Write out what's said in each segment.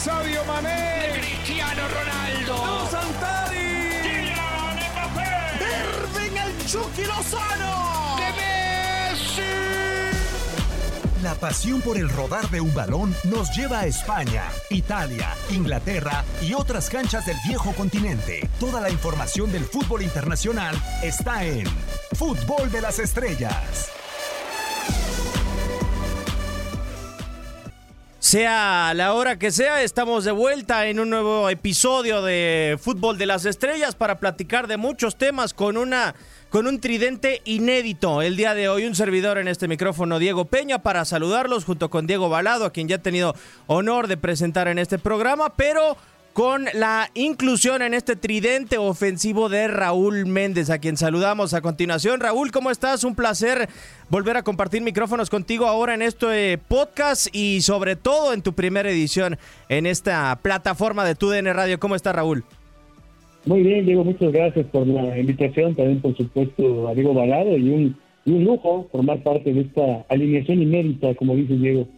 Sadio Mané, de Cristiano Ronaldo, Santari, Kylian Mbappé, Irving el Chucky Lozano, de Messi. La pasión por el rodar de un balón nos lleva a España, Italia, Inglaterra y otras canchas del viejo continente. Toda la información del fútbol internacional está en Fútbol de las Estrellas. Sea la hora que sea, estamos de vuelta en un nuevo episodio de Fútbol de las Estrellas para platicar de muchos temas con un tridente inédito. El día de hoy un servidor en este micrófono, Diego Peña, para saludarlos junto con Diego Balado, a quien ya he tenido honor de presentar en este programa, pero con la inclusión en este tridente ofensivo de Raúl Méndez, a quien saludamos a continuación. Raúl, ¿cómo estás? Un placer volver a compartir micrófonos contigo ahora en este podcast y sobre todo en tu primera edición en esta plataforma de TUDN Radio. ¿Cómo estás, Raúl? Muy bien, Diego, muchas gracias por la invitación, también por supuesto a Diego Balado, y un lujo formar parte de esta alineación inédita, como dice Diego.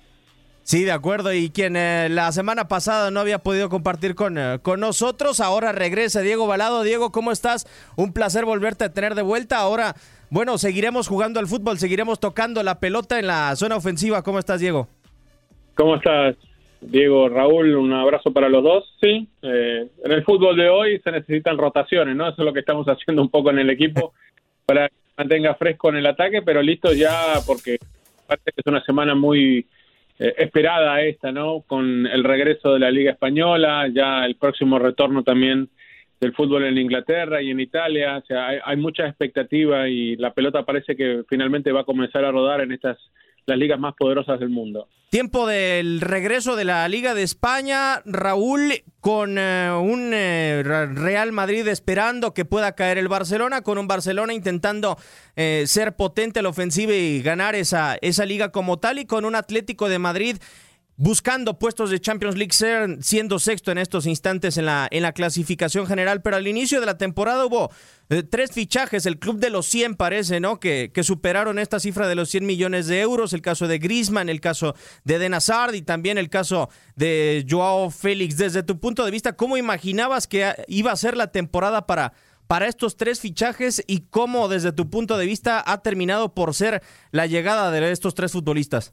Sí, de acuerdo, y quien la semana pasada no había podido compartir con nosotros, ahora regresa Diego Balado. Diego, ¿cómo estás? Un placer volverte a tener de vuelta. Ahora, bueno, seguiremos jugando al fútbol, seguiremos tocando la pelota en la zona ofensiva. ¿Cómo estás, Diego? ¿Cómo estás, Diego? Raúl, un abrazo para los dos. Sí, en el fútbol de hoy se necesitan rotaciones, ¿no? Eso es lo que estamos haciendo un poco en el equipo para que mantenga fresco en el ataque, pero listo ya, porque parece que es una semana muy esperada esta, ¿no? Con el regreso de la Liga Española, ya el próximo retorno también del fútbol en Inglaterra y en Italia. O sea, hay mucha expectativa y la pelota parece que finalmente va a comenzar a rodar en las ligas más poderosas del mundo. Tiempo del regreso de la Liga de España, Raúl, con un Real Madrid esperando que pueda caer el Barcelona, con un Barcelona intentando ser potente a la ofensiva y ganar esa liga como tal, y con un Atlético de Madrid buscando puestos de Champions League, siendo sexto en estos instantes en la clasificación general. Pero al inicio de la temporada hubo 3 fichajes, el club de los 100 parece, ¿no? Que superaron esta cifra de los 100 millones de euros, el caso de Griezmann, el caso de Eden Hazard y también el caso de Joao Félix. Desde tu punto de vista, ¿cómo imaginabas que iba a ser la temporada para estos 3 fichajes y cómo desde tu punto de vista ha terminado por ser la llegada de estos 3 futbolistas?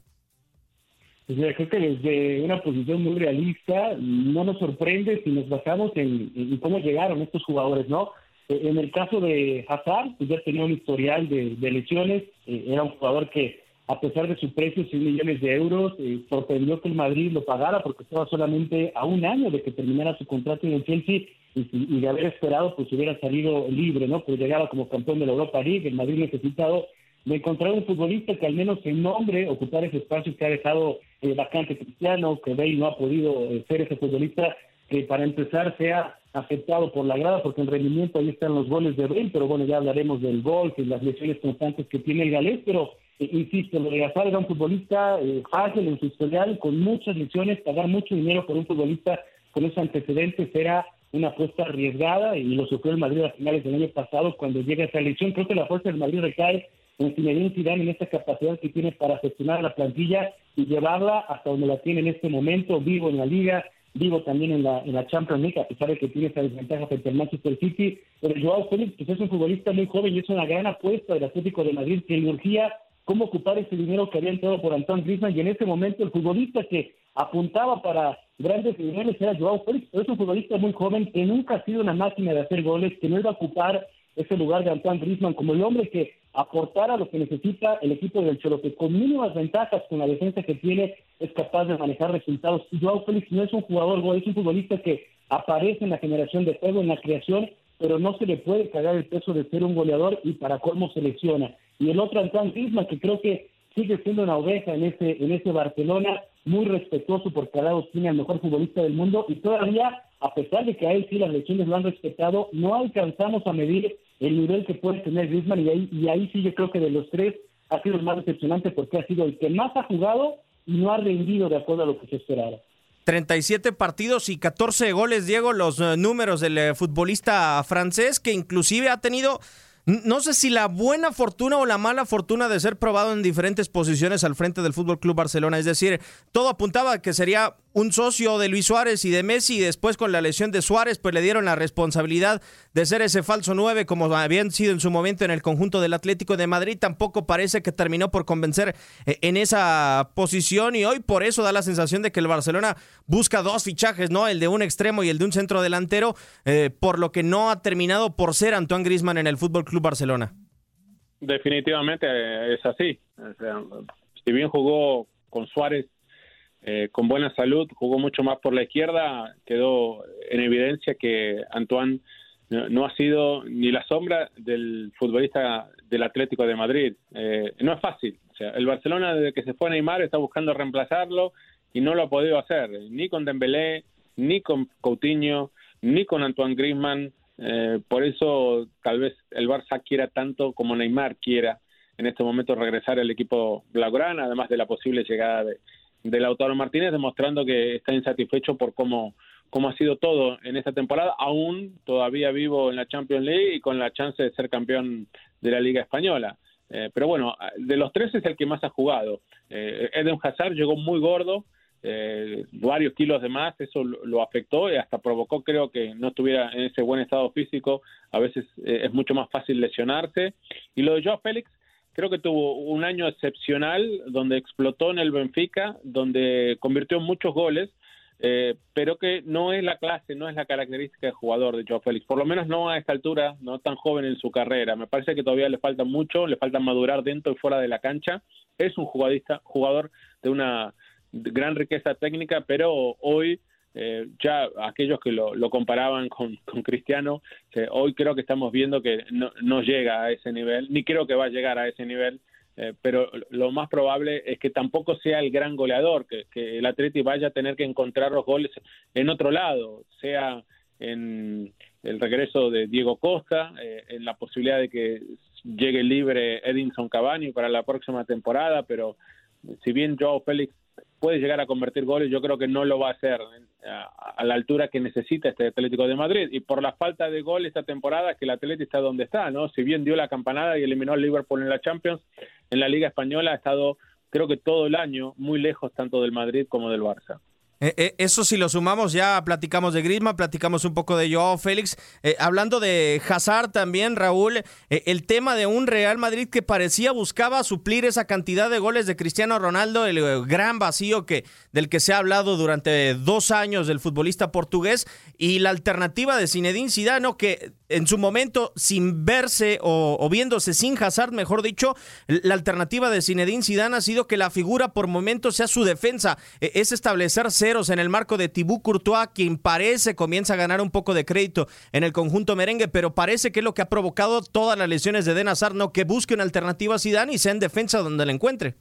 Pues mira, creo que desde una posición muy realista no nos sorprende si nos basamos en cómo llegaron estos jugadores, ¿no? En el caso de Hazard, pues ya tenía un historial de lesiones, era un jugador que a pesar de su precio, 100 millones de euros, sorprendió que el Madrid lo pagara porque estaba solamente a un año de que terminara su contrato en el Chelsea y de haber esperado, pues hubiera salido libre, ¿no? Pues llegaba como campeón de la Europa League, el Madrid necesitado de encontrar un futbolista que al menos en nombre ocupar ese espacio que ha dejado vacante Cristiano, que Bale no ha podido ser ese futbolista que para empezar sea aceptado por la grada, porque en rendimiento ahí están los goles de Bale, pero bueno, ya hablaremos del gol y las lesiones constantes que tiene el galés, pero insisto, lo de Hazard era un futbolista fácil en su historial, con muchas lesiones, pagar mucho dinero por un futbolista con esos antecedentes era una apuesta arriesgada y lo sufrió el Madrid a finales del año pasado cuando llega esa lesión. Creo que la fuerza del Madrid recae en Zinedine Zidane, en esta capacidad que tiene para gestionar la plantilla y llevarla hasta donde la tiene en este momento, vivo en la Liga, vivo también en la Champions League, a pesar de que tiene esa desventaja frente al Manchester City. Pero Joao Félix pues es un futbolista muy joven y es una gran apuesta del Atlético de Madrid, que le urgía cómo ocupar ese dinero que había entrado por Antoine Griezmann, y en ese momento el futbolista que apuntaba para grandes niveles era Joao Félix, pero es un futbolista muy joven que nunca ha sido una máquina de hacer goles, que no iba a ocupar ese lugar de Antoine Griezmann como el hombre que aportara lo que necesita el equipo del Cholo, que con mínimas ventajas con la defensa que tiene es capaz de manejar resultados. Y Joao Félix no es un jugador gol, es un futbolista que aparece en la generación de juego, en la creación, pero no se le puede cargar el peso de ser un goleador y para colmo se lesiona. Y el otro Antoine Griezmann, que creo que sigue siendo una oveja en ese Barcelona, muy respetuoso porque al lado tiene al mejor futbolista del mundo, y todavía, a pesar de que a él sí las lesiones lo han respetado, no alcanzamos a medir el nivel que puede tener Griezmann, y ahí sí yo creo que de los 3 ha sido el más decepcionante porque ha sido el que más ha jugado y no ha rendido de acuerdo a lo que se esperaba. 37 partidos y 14 goles, Diego, los números del futbolista francés, que inclusive ha tenido, no sé si la buena fortuna o la mala fortuna de ser probado en diferentes posiciones al frente del Fútbol Club Barcelona. Es decir, todo apuntaba a que sería un socio de Luis Suárez y de Messi, y después con la lesión de Suárez, pues le dieron la responsabilidad de ser ese falso 9, como habían sido en su momento en el conjunto del Atlético de Madrid. Tampoco parece que terminó por convencer en esa posición, y hoy por eso da la sensación de que el Barcelona busca dos fichajes, ¿no? El de un extremo y el de un centro delantero, por lo que no ha terminado por ser Antoine Griezmann en el Fútbol Club Barcelona. Definitivamente es así. O sea, si bien jugó con Suárez con buena salud, jugó mucho más por la izquierda, quedó en evidencia que Antoine no ha sido ni la sombra del futbolista del Atlético de Madrid. No es fácil. O sea, el Barcelona, desde que se fue Neymar, está buscando reemplazarlo y no lo ha podido hacer, ni con Dembélé, ni con Coutinho, ni con Antoine Griezmann. Por eso tal vez el Barça quiera tanto como Neymar quiera en este momento regresar al equipo blaugrana, además de la posible llegada de Lautaro Martínez, demostrando que está insatisfecho por cómo ha sido todo en esta temporada, aún todavía vivo en la Champions League y con la chance de ser campeón de la Liga Española. Pero bueno, de los tres es el que más ha jugado. Eden Hazard llegó muy gordo, varios kilos de más, eso lo afectó y hasta provocó, creo, que no estuviera en ese buen estado físico. A veces es mucho más fácil lesionarse. Y lo de Joao Félix, creo que tuvo un año excepcional donde explotó en el Benfica, donde convirtió muchos goles, pero que no es la clase, no es la característica de jugador de Joao Félix, por lo menos no a esta altura, no tan joven en su carrera. Me parece que todavía le falta mucho, le falta madurar dentro y fuera de la cancha. Es un jugador de una gran riqueza técnica, pero hoy ya aquellos que lo comparaban con Cristiano, hoy creo que estamos viendo que no llega a ese nivel, ni creo que va a llegar a ese nivel, pero lo más probable es que tampoco sea el gran goleador, que el Atleti vaya a tener que encontrar los goles en otro lado, sea en el regreso de Diego Costa, en la posibilidad de que llegue libre Edinson Cavani para la próxima temporada, pero si bien Joao Félix puede llegar a convertir goles, yo creo que no lo va a hacer a la altura que necesita este Atlético de Madrid, y por la falta de gol esta temporada que el Atlético está donde está, ¿no? Si bien dio la campanada y eliminó al Liverpool en la Champions, en la Liga Española ha estado, creo que todo el año, muy lejos tanto del Madrid como del Barça. Eso si lo sumamos, ya platicamos de Griezmann, platicamos un poco de Joao Félix. Hablando de Hazard también, Raúl, el tema de un Real Madrid que parecía buscaba suplir esa cantidad de goles de Cristiano Ronaldo, el gran vacío del que se ha hablado durante 2 años del futbolista portugués, y la alternativa de Zinedine Zidane, que en su momento, sin verse o viéndose sin Hazard, mejor dicho, la alternativa de Zinedine Zidane ha sido que la figura por momentos sea su defensa, es establecer ceros en el marco de Thibaut Courtois, quien comienza a ganar un poco de crédito en el conjunto merengue, pero parece que es lo que ha provocado todas las lesiones de Eden Hazard, ¿no? Que busque una alternativa a Zidane y sea en defensa donde la encuentre.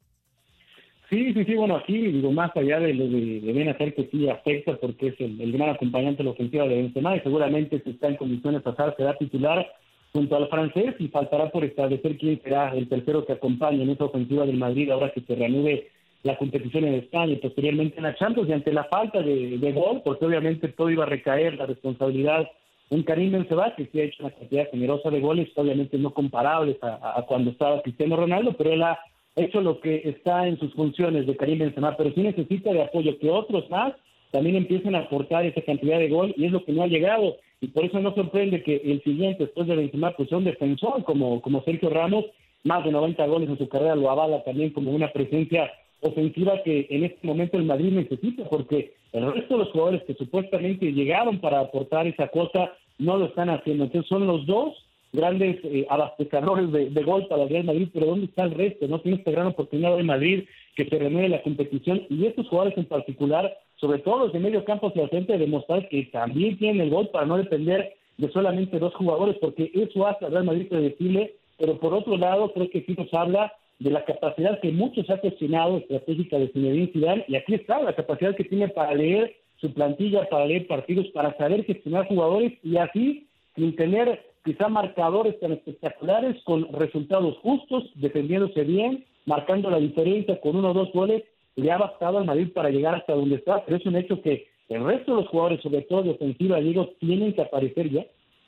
Sí, bueno, aquí más allá de lo de Eden Hazard, que sí afecta porque es el gran acompañante de la ofensiva de Benzema, y seguramente si está en condiciones de pasar será titular junto al francés, y faltará por establecer quién será el tercero que acompañe en esa ofensiva del Madrid ahora que se reanude la competición en España y posteriormente en la Champions. Y ante la falta de gol, porque obviamente todo iba a recaer la responsabilidad en Karim Benzema, que sí ha hecho una cantidad generosa de goles, obviamente no comparables a cuando estaba Cristiano Ronaldo, pero él ha hecho lo que está en sus funciones de Karim Benzema, pero sí necesita de apoyo, que otros más también empiecen a aportar esa cantidad de gol, y es lo que no ha llegado, y por eso no sorprende que el siguiente después de Benzema pues sea un defensor como Sergio Ramos. Más de 90 goles en su carrera lo avala también como una presencia ofensiva que en este momento el Madrid necesita, porque el resto de los jugadores que supuestamente llegaron para aportar esa cosa no lo están haciendo. Entonces son los dos grandes abastecedores de gol para el Real Madrid, pero ¿dónde está el resto? No tiene esta gran oportunidad de Madrid que se renueve la competición, y estos jugadores en particular, sobre todo los de medio campo hacia el frente, demostrar que también tienen el gol para no depender de solamente 2 jugadores, porque eso hace al Real Madrid predecible. Pero por otro lado, creo que sí nos habla de la capacidad que muchos ha cuestionado estratégica de Zinedine Zidane, y aquí está la capacidad que tiene para leer su plantilla, para leer partidos, para saber gestionar jugadores, y así, sin tener quizá marcadores tan espectaculares, con resultados justos, defendiéndose bien, marcando la diferencia con 1 o 2 goles, le ha bastado al Madrid para llegar hasta donde está. Pero es un hecho que el resto de los jugadores, sobre todo de ofensiva, digo, tienen que aparecer ya.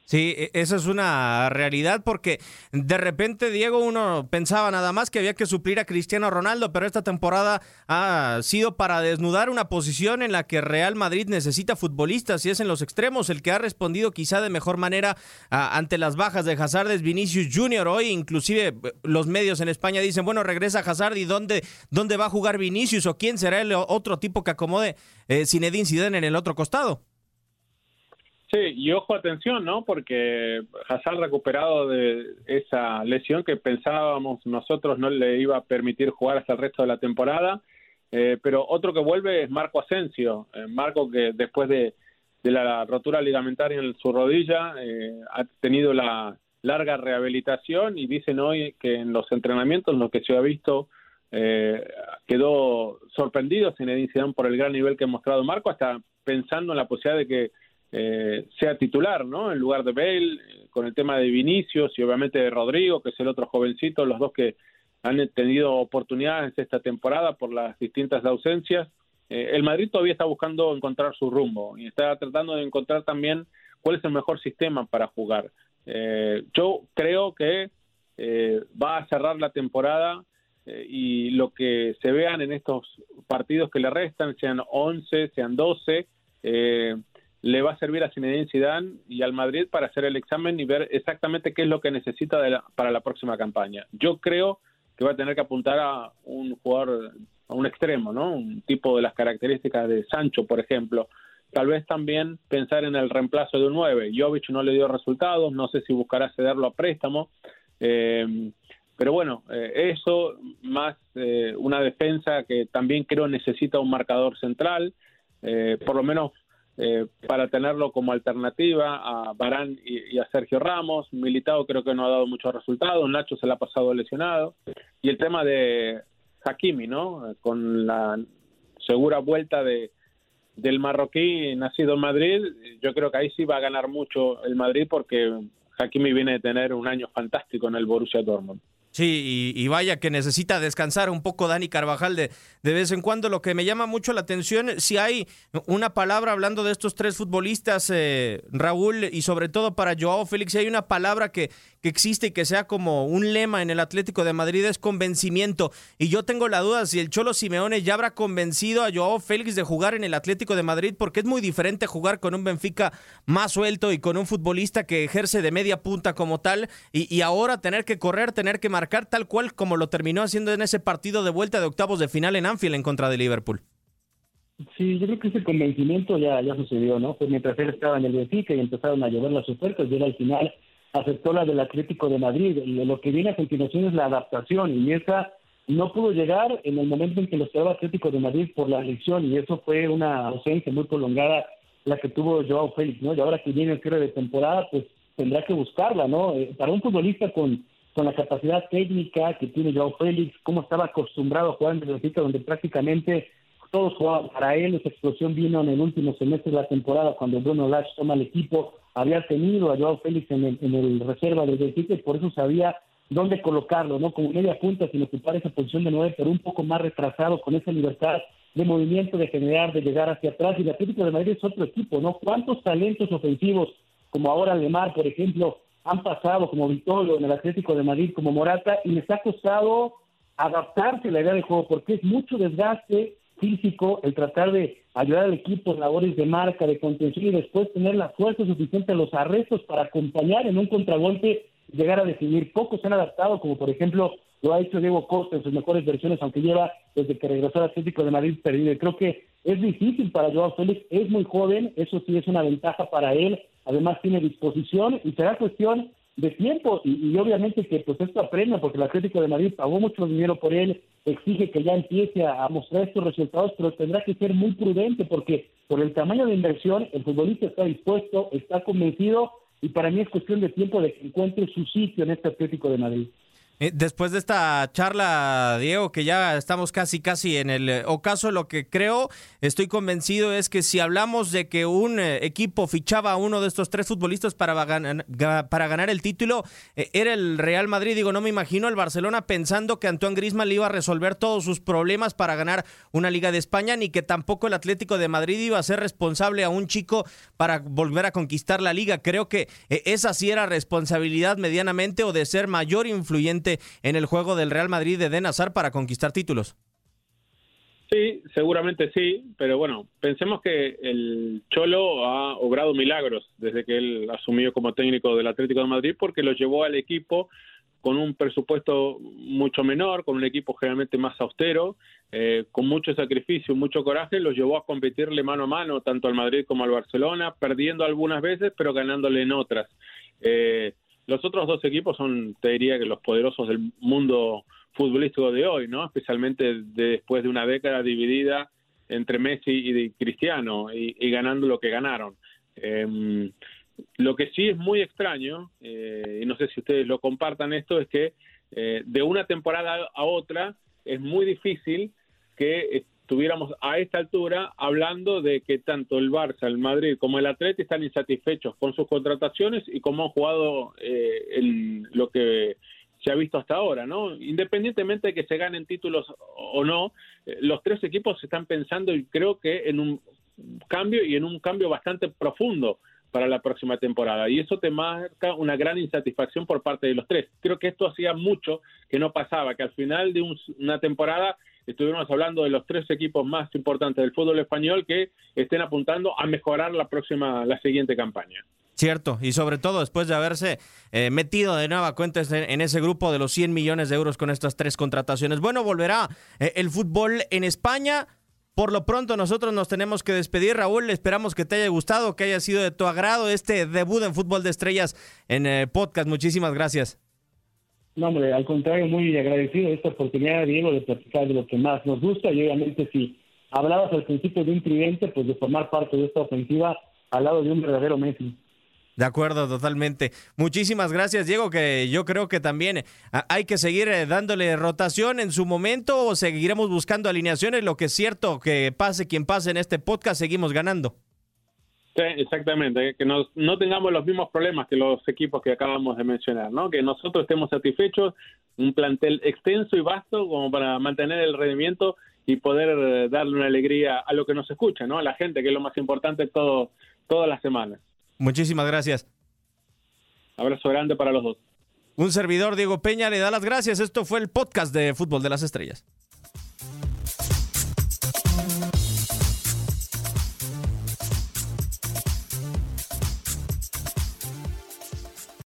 Sí, esa es una realidad porque de repente, Diego, uno pensaba nada más que había que suplir a Cristiano Ronaldo, pero esta temporada ha sido para desnudar una posición en la que Real Madrid necesita futbolistas y es en los extremos. El que ha respondido quizá de mejor manera ante las bajas de Hazard es Vinicius Junior. Hoy inclusive los medios en España dicen, bueno, regresa Hazard y ¿dónde va a jugar Vinicius o quién será el otro tipo que acomode Zinedine Zidane en el otro costado? Sí, y ojo, atención, ¿no? Porque Hazard, recuperado de esa lesión que pensábamos nosotros no le iba a permitir jugar hasta el resto de la temporada, pero otro que vuelve es Marco Asensio. Marco, que después de la rotura ligamentaria en su rodilla ha tenido la larga rehabilitación y dicen hoy que en los entrenamientos, en lo que se ha visto, quedó sorprendido Zinedine Zidane por el gran nivel que ha mostrado Marco, hasta pensando en la posibilidad de que sea titular, ¿no? En lugar de Bale, con el tema de Vinicius y obviamente de Rodrigo, que es el otro jovencito, los dos que han tenido oportunidades esta temporada por las distintas ausencias. El Madrid todavía está buscando encontrar su rumbo y está tratando de encontrar también cuál es el mejor sistema para jugar. Yo creo que va a cerrar la temporada y lo que se vean en estos partidos que le restan, sean 11, sean 12, le va a servir a Zinedine Zidane y al Madrid para hacer el examen y ver exactamente qué es lo que necesita para la próxima campaña. Yo creo que va a tener que apuntar a un jugador, a un extremo, ¿no? Un tipo de las características de Sancho, por ejemplo. Tal vez también pensar en el reemplazo de un 9. Jovic no le dio resultados, no sé si buscará cederlo a préstamo, pero bueno, eso más una defensa que también creo necesita un marcador central, por lo menos para tenerlo como alternativa a Varane y a Sergio Ramos. Militao creo que no ha dado muchos resultados, Nacho se le ha pasado lesionado, y el tema de Hakimi, ¿no? Con la segura vuelta del marroquí nacido en Madrid, yo creo que ahí sí va a ganar mucho el Madrid porque Hakimi viene de tener un año fantástico en el Borussia Dortmund. Sí, y vaya que necesita descansar un poco Dani Carvajal de vez en cuando. Lo que me llama mucho la atención, si hay una palabra hablando de estos tres futbolistas, Raúl, y sobre todo para Joao Félix, si hay una palabra que existe y que sea como un lema en el Atlético de Madrid, es convencimiento. Y yo tengo la duda si el Cholo Simeone ya habrá convencido a Joao Félix de jugar en el Atlético de Madrid, porque es muy diferente jugar con un Benfica más suelto y con un futbolista que ejerce de media punta como tal, y ahora tener que correr, tener que marcar tal cual como lo terminó haciendo en ese partido de vuelta de octavos de final en Anfield en contra de Liverpool. Sí, yo creo que ese convencimiento ya sucedió, ¿no? Pues mientras él estaba en el Benfica y empezaron a llevar las ofertas, y él al final aceptó la del Atlético de Madrid. Lo que viene a continuación es la adaptación, y esa no pudo llegar en el momento en que lo esperaba Atlético de Madrid por la elección, y eso fue una ausencia muy prolongada la que tuvo Joao Félix, ¿no? Y ahora que viene el cierre de temporada, pues tendrá que buscarla, ¿no? Para un futbolista con la capacidad técnica que tiene Joao Félix, cómo estaba acostumbrado a jugar en el Benfica, donde prácticamente todos jugaban para él. Esa explosión vino en el último semestre de la temporada, cuando Bruno Lage toma el equipo. Había tenido a Joao Félix en el reserva del Benfica y por eso sabía dónde colocarlo, ¿no? Como media punta, sin ocupar esa posición de 9, pero un poco más retrasado, con esa libertad de movimiento, de generar, de llegar hacia atrás. Y el Atlético de Madrid es otro equipo, ¿no? ¿Cuántos talentos ofensivos, como ahora Lemar, por ejemplo, han pasado, como Vitolo en el Atlético de Madrid, como Morata, y les ha costado adaptarse a la idea de juego, porque es mucho desgaste físico el tratar de ayudar al equipo en labores de marca, de contención, y después tener la fuerza suficiente a los arrestos para acompañar en un contragolpe y llegar a definir. Pocos se han adaptado, como por ejemplo lo ha hecho Diego Costa en sus mejores versiones, aunque lleva desde que regresó al Atlético de Madrid perdido. Y creo que es difícil para Joao Félix, es muy joven, eso sí es una ventaja para él. Además tiene disposición y será cuestión de tiempo y obviamente que pues esto aprenda, porque el Atlético de Madrid pagó mucho dinero por él, exige que ya empiece a mostrar estos resultados, pero tendrá que ser muy prudente porque por el tamaño de inversión el futbolista está dispuesto, está convencido, y para mí es cuestión de tiempo de que encuentre su sitio en este Atlético de Madrid. Después de esta charla, Diego, que ya estamos casi en el ocaso, lo que creo, estoy convencido es que si hablamos de que un equipo fichaba a uno de estos 3 futbolistas para ganar el título, era el Real Madrid. Digo, no me imagino el Barcelona pensando que Antoine Griezmann le iba a resolver todos sus problemas para ganar una Liga de España, ni que tampoco el Atlético de Madrid iba a ser responsable a un chico para volver a conquistar la Liga. Creo que esa sí era responsabilidad medianamente o de ser mayor influyente en el juego del Real Madrid de Eden Hazard para conquistar títulos. Sí, seguramente sí, pero bueno, pensemos que el Cholo ha obrado milagros desde que él asumió como técnico del Atlético de Madrid, porque lo llevó al equipo con un presupuesto mucho menor, con un equipo generalmente más austero, con mucho sacrificio, mucho coraje, los llevó a competirle mano a mano tanto al Madrid como al Barcelona, perdiendo algunas veces, pero ganándole en otras. Los otros 2 equipos son, te diría, que los poderosos del mundo futbolístico de hoy, ¿no? Especialmente después de una década dividida entre Messi y Cristiano y ganando lo que ganaron. Lo que sí es muy extraño, y no sé si ustedes lo compartan esto, es que de una temporada a otra es muy difícil que estuviéramos a esta altura hablando de que tanto el Barça, el Madrid como el Atleti están insatisfechos con sus contrataciones y cómo han jugado en lo que se ha visto hasta ahora, ¿no? Independientemente de que se ganen títulos o no, los 3 equipos están pensando, y creo que en un cambio bastante profundo para la próxima temporada, y eso te marca una gran insatisfacción por parte de los 3. Creo que esto hacía mucho que no pasaba, que al final de una temporada estuvimos hablando de los 3 equipos más importantes del fútbol español que estén apuntando a mejorar la siguiente campaña. Cierto, y sobre todo después de haberse metido de nueva cuenta en ese grupo de los 100 millones de euros con estas 3 contrataciones. Bueno, volverá el fútbol en España. Por lo pronto nosotros nos tenemos que despedir, Raúl. Esperamos que te haya gustado, que haya sido de tu agrado este debut en Fútbol de Estrellas en podcast. Muchísimas gracias. No, hombre, al contrario, muy agradecido de esta oportunidad, Diego, de platicar de lo que más nos gusta, y obviamente si hablabas al principio de un tridente, pues de formar parte de esta ofensiva al lado de un verdadero Messi. De acuerdo, totalmente. Muchísimas gracias, Diego, que yo creo que también hay que seguir dándole rotación en su momento, o seguiremos buscando alineaciones. Lo que es cierto, que pase quien pase en este podcast, seguimos ganando. Sí, exactamente, que no tengamos los mismos problemas que los equipos que acabamos de mencionar, ¿no? Que nosotros estemos satisfechos, un plantel extenso y vasto como para mantener el rendimiento y poder darle una alegría a lo que nos escucha, ¿no? A la gente, que es lo más importante todas las semanas. Muchísimas gracias. Abrazo grande para los 2. Un servidor, Diego Peña, le da las gracias. Esto fue el podcast de Fútbol de las Estrellas.